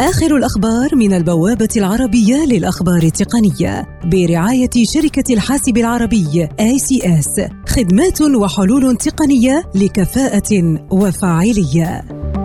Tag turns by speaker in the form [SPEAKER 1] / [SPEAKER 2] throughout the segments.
[SPEAKER 1] آخر الأخبار من البوابة العربية للأخبار التقنية برعاية شركة الحاسب العربي ICS، خدمات وحلول تقنية لكفاءة وفاعلية.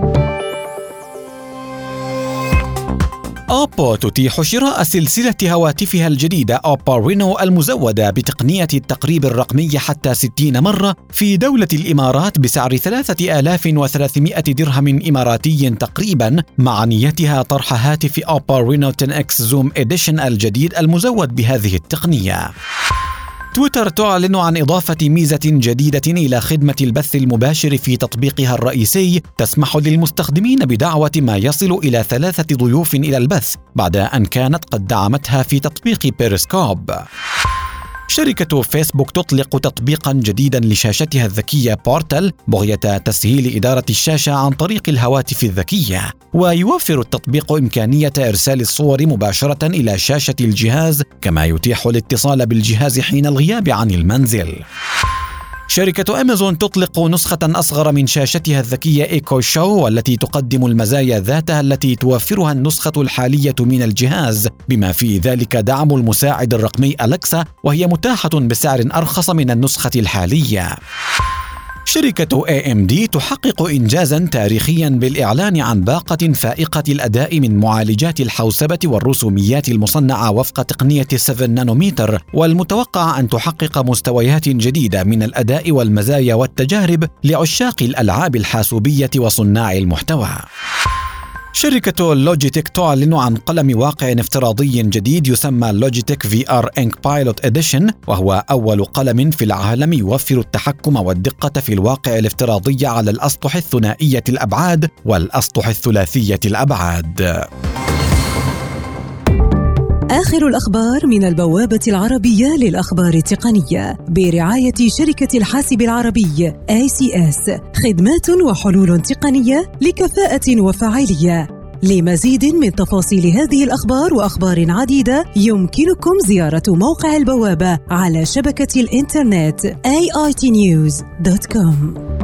[SPEAKER 2] أوبو تتيح شراء سلسلة هواتفها الجديدة أوبو رينو المزودة بتقنية التقريب الرقمي حتى 60 مرة في دولة الإمارات بسعر 3300 درهم إماراتي تقريبا، مع نيتها طرح هاتف أوبو رينو 10X زوم إديشن الجديد المزود بهذه التقنية. تويتر تعلن عن إضافة ميزة جديدة إلى خدمة البث المباشر في تطبيقها الرئيسي، تسمح للمستخدمين بدعوة ما يصل إلى 3 ضيوف إلى البث، بعد أن كانت قد دعمتها في تطبيق بيرسكوب. شركة فيسبوك تطلق تطبيقا جديدا لشاشتها الذكية بورتال بغية تسهيل إدارة الشاشة عن طريق الهواتف الذكية، ويوفر التطبيق إمكانية إرسال الصور مباشرة إلى شاشة الجهاز، كما يتيح الاتصال بالجهاز حين الغياب عن المنزل. شركة أمازون تطلق نسخة أصغر من شاشتها الذكية إيكو شو، والتي تقدم المزايا ذاتها التي توفرها النسخة الحالية من الجهاز، بما في ذلك دعم المساعد الرقمي أليكسا، وهي متاحة بسعر أرخص من النسخة الحالية. شركة AMD تحقق إنجازاً تاريخياً بالإعلان عن باقة فائقة الأداء من معالجات الحوسبة والرسوميات المصنعة وفق تقنية 7 نانومتر، والمتوقع أن تحقق مستويات جديدة من الأداء والمزايا والتجارب لعشاق الألعاب الحاسوبية وصناع المحتوى. شركة لوجيتك تعلن عن قلم واقع افتراضي جديد يسمى لوجيتك VR Ink Pilot Edition، وهو أول قلم في العالم يوفر التحكم والدقة في الواقع الافتراضي على الأسطح الثنائية الأبعاد والأسطح الثلاثية الأبعاد.
[SPEAKER 1] آخر الأخبار من البوابة العربية للأخبار التقنية برعاية شركة الحاسب العربي ICS، خدمات وحلول تقنية لكفاءة وفاعلية. لمزيد من تفاصيل هذه الأخبار وأخبار عديدة يمكنكم زيارة موقع البوابة على شبكة الإنترنت AITnews.com.